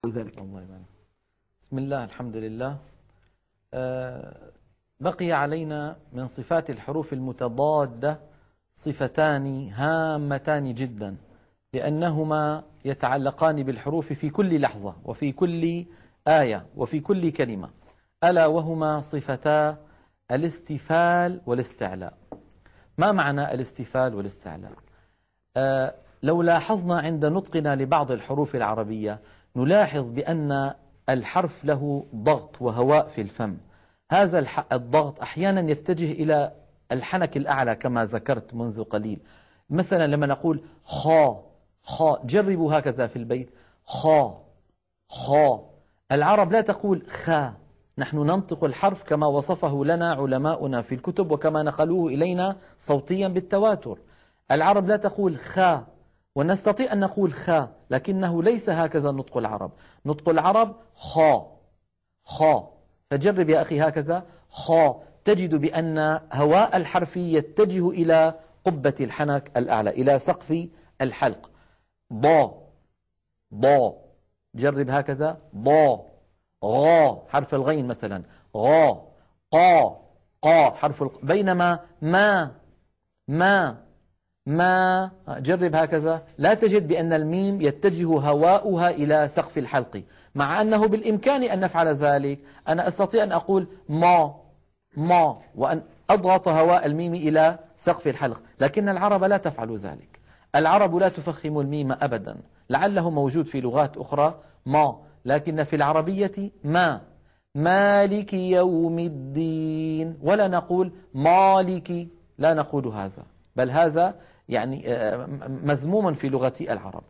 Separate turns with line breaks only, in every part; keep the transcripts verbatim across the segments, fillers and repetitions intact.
عن ذلك.
الله يبارك. بسم الله، الحمد لله. أه بقي علينا من صفات الحروف المتضادة صفتان هامتان جدا، لأنهما يتعلقان بالحروف في كل لحظة وفي كل آية وفي كل كلمة، ألا وهما صفتا الاستفال والاستعلاء. ما معنى الاستفال والاستعلاء؟ أه لو لاحظنا عند نطقنا لبعض الحروف العربية نلاحظ بأن الحرف له ضغط وهواء في الفم. هذا الضغط أحيانا يتجه إلى الحنك الأعلى كما ذكرت منذ قليل. مثلا لما نقول خا خا، جربوا هكذا في البيت، خا خا. العرب لا تقول خا، نحن ننطق الحرف كما وصفه لنا علماؤنا في الكتب وكما نقلوه إلينا صوتيا بالتواتر. العرب لا تقول خا، ونستطيع أن نقول خا، لكنه ليس هكذا نطق العرب. نطق العرب خا خا. فجرب يا أخي هكذا خا، تجد بأن هواء الحرف يتجه إلى قبة الحنك الأعلى، إلى سقف الحلق. ضا ضا، جرب هكذا ضا. غا، حرف الغين مثلا، غا. قا قا، حرف الق... بينما ما ما ما، جرب هكذا، لا تجد بأن الميم يتجه هواؤها إلى سقف الحلق، مع أنه بالإمكان أن نفعل ذلك. أنا أستطيع أن أقول ما ما وأن أضغط هواء الميم إلى سقف الحلق، لكن العرب لا تفعل ذلك. العرب لا تفخم الميم أبدا، لعله موجود في لغات أخرى ما، لكن في العربية ما. مالك يوم الدين، ولا نقول مالك، لا نقول هذا، بل هذا يعني مذموم في لغة العرب.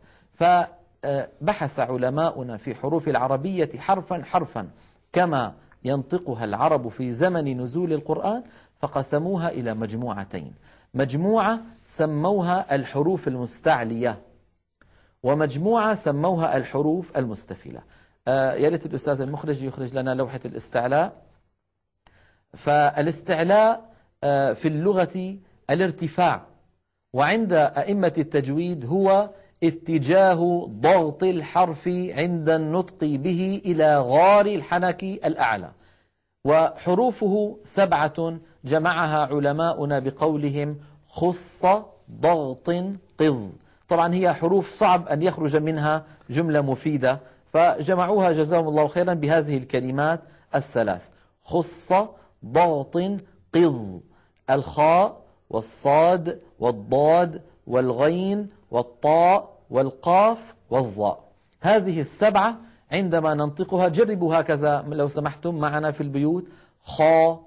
فبحث علماؤنا في حروف العربية حرفا حرفا كما ينطقها العرب في زمن نزول القرآن، فقسموها إلى مجموعتين. مجموعة سموها الحروف المستعلية، ومجموعة سموها الحروف المستفلة. آه يا ريت الأستاذ المخرج يخرج لنا لوحة الاستعلاء. فالاستعلاء آه في اللغة الارتفاع، وعند أئمة التجويد هو اتجاه ضغط الحرف عند النطق به إلى غار الحنك الأعلى. وحروفه سبعة جمعها علماؤنا بقولهم خص ضغط قض. طبعا هي حروف صعب أن يخرج منها جملة مفيدة، فجمعوها جزاهم الله خيرا بهذه الكلمات الثلاث: خص ضغط قض. الخاء والصاد والضاد والغين والطاء والقاف والظاء، هذه السبعة عندما ننطقها جربوا هكذا لو سمحتم معنا في البيوت: خا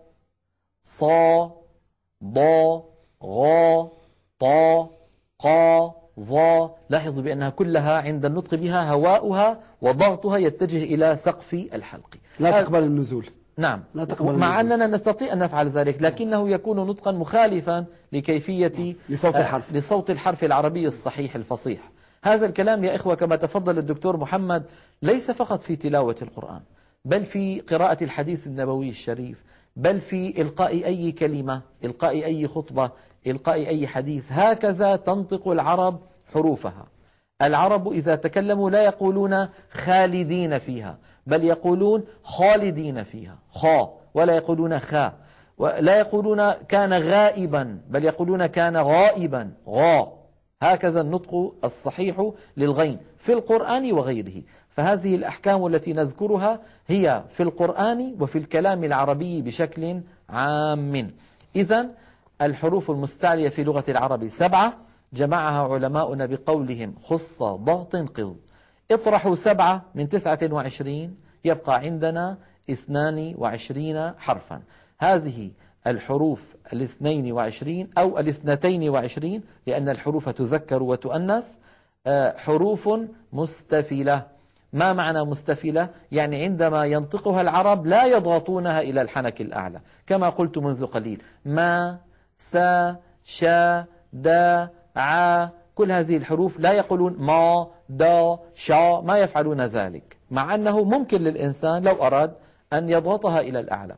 صا ضا غا طا قا ظا. لاحظوا بأنها كلها عند النطق بها هواؤها وضغطها يتجه إلى سقف الحلق،
لا تقبل النزول.
نعم،
لا تقبل
مع
النزول.
أننا نستطيع أن نفعل ذلك، لكنه يكون نطقا مخالفا لكيفية
لصوت الحرف
لصوت الحرف العربي الصحيح الفصيح. هذا الكلام يا إخوة كما تفضل الدكتور محمد ليس فقط في تلاوة القرآن، بل في قراءة الحديث النبوي الشريف، بل في إلقاء أي كلمة، إلقاء أي خطبة، إلقاء أي حديث. هكذا تنطق العرب حروفها. العرب إذا تكلموا لا يقولون خالدين فيها، بل يقولون خالدين فيها خا، ولا يقولون خا. ولا يقولون كان غائبا، بل يقولون كان غائبا غا. هكذا النطق الصحيح للغين في القرآن وغيره. فهذه الأحكام التي نذكرها هي في القرآن وفي الكلام العربي بشكل عام. إذن الحروف المستعلية في لغة العرب سبعة جمعها علماؤنا بقولهم خص ضغط قض. اطرحوا سبعة من تسعة وعشرين يبقى عندنا اثنان وعشرين حرفا. هذه الحروف الاثنين وعشرين أو الاثنتين وعشرين، لأن الحروف تذكر وتؤنث، حروف مستفلة. ما معنى مستفلة؟ يعني عندما ينطقها العرب لا يضغطونها إلى الحنك الأعلى، كما قلت منذ قليل: ما سا شا دا ع. كل هذه الحروف لا يقولون ما دا شا، ما يفعلون ذلك، مع أنه ممكن للإنسان لو أراد أن يضغطها إلى الأعلى.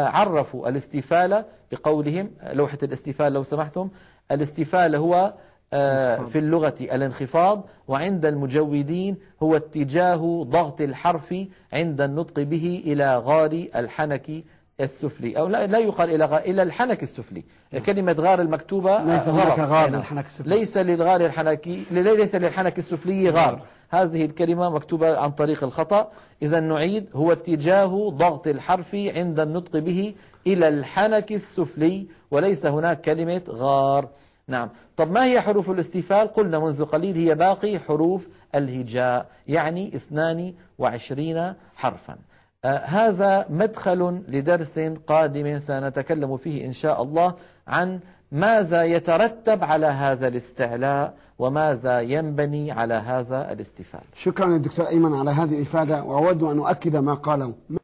فعرفوا الاستفالة بقولهم، لوحة الاستفالة لو سمحتم، الاستفالة هو في اللغة الانخفاض، وعند المجودين هو اتجاه ضغط الحرف عند النطق به إلى غار الحنك السفلي، أو لا, لا يقال إلى غار، إلى الحنك السفلي. كلمة غار المكتوبة
ليس هناك غار للحنك السفلي،
ليس للغار الحنكي، ليس للحنك السفلي غار. هذه الكلمة مكتوبة عن طريق الخطأ. إذا نعيد: هو اتجاه ضغط الحرف عند النطق به إلى الحنك السفلي، وليس هناك كلمة غار. نعم. طب ما هي حروف الاستفال؟ قلنا منذ قليل هي باقي حروف الهجاء، يعني اثنان وعشرين حرفا. آه هذا مدخل لدرس قادم سنتكلم فيه إن شاء الله عن ماذا يترتب على هذا الاستعلاء وماذا ينبني على هذا الاستفال.
شكرا للدكتور أيمن على هذه الإفادة، وأود أن أؤكد ما قاله.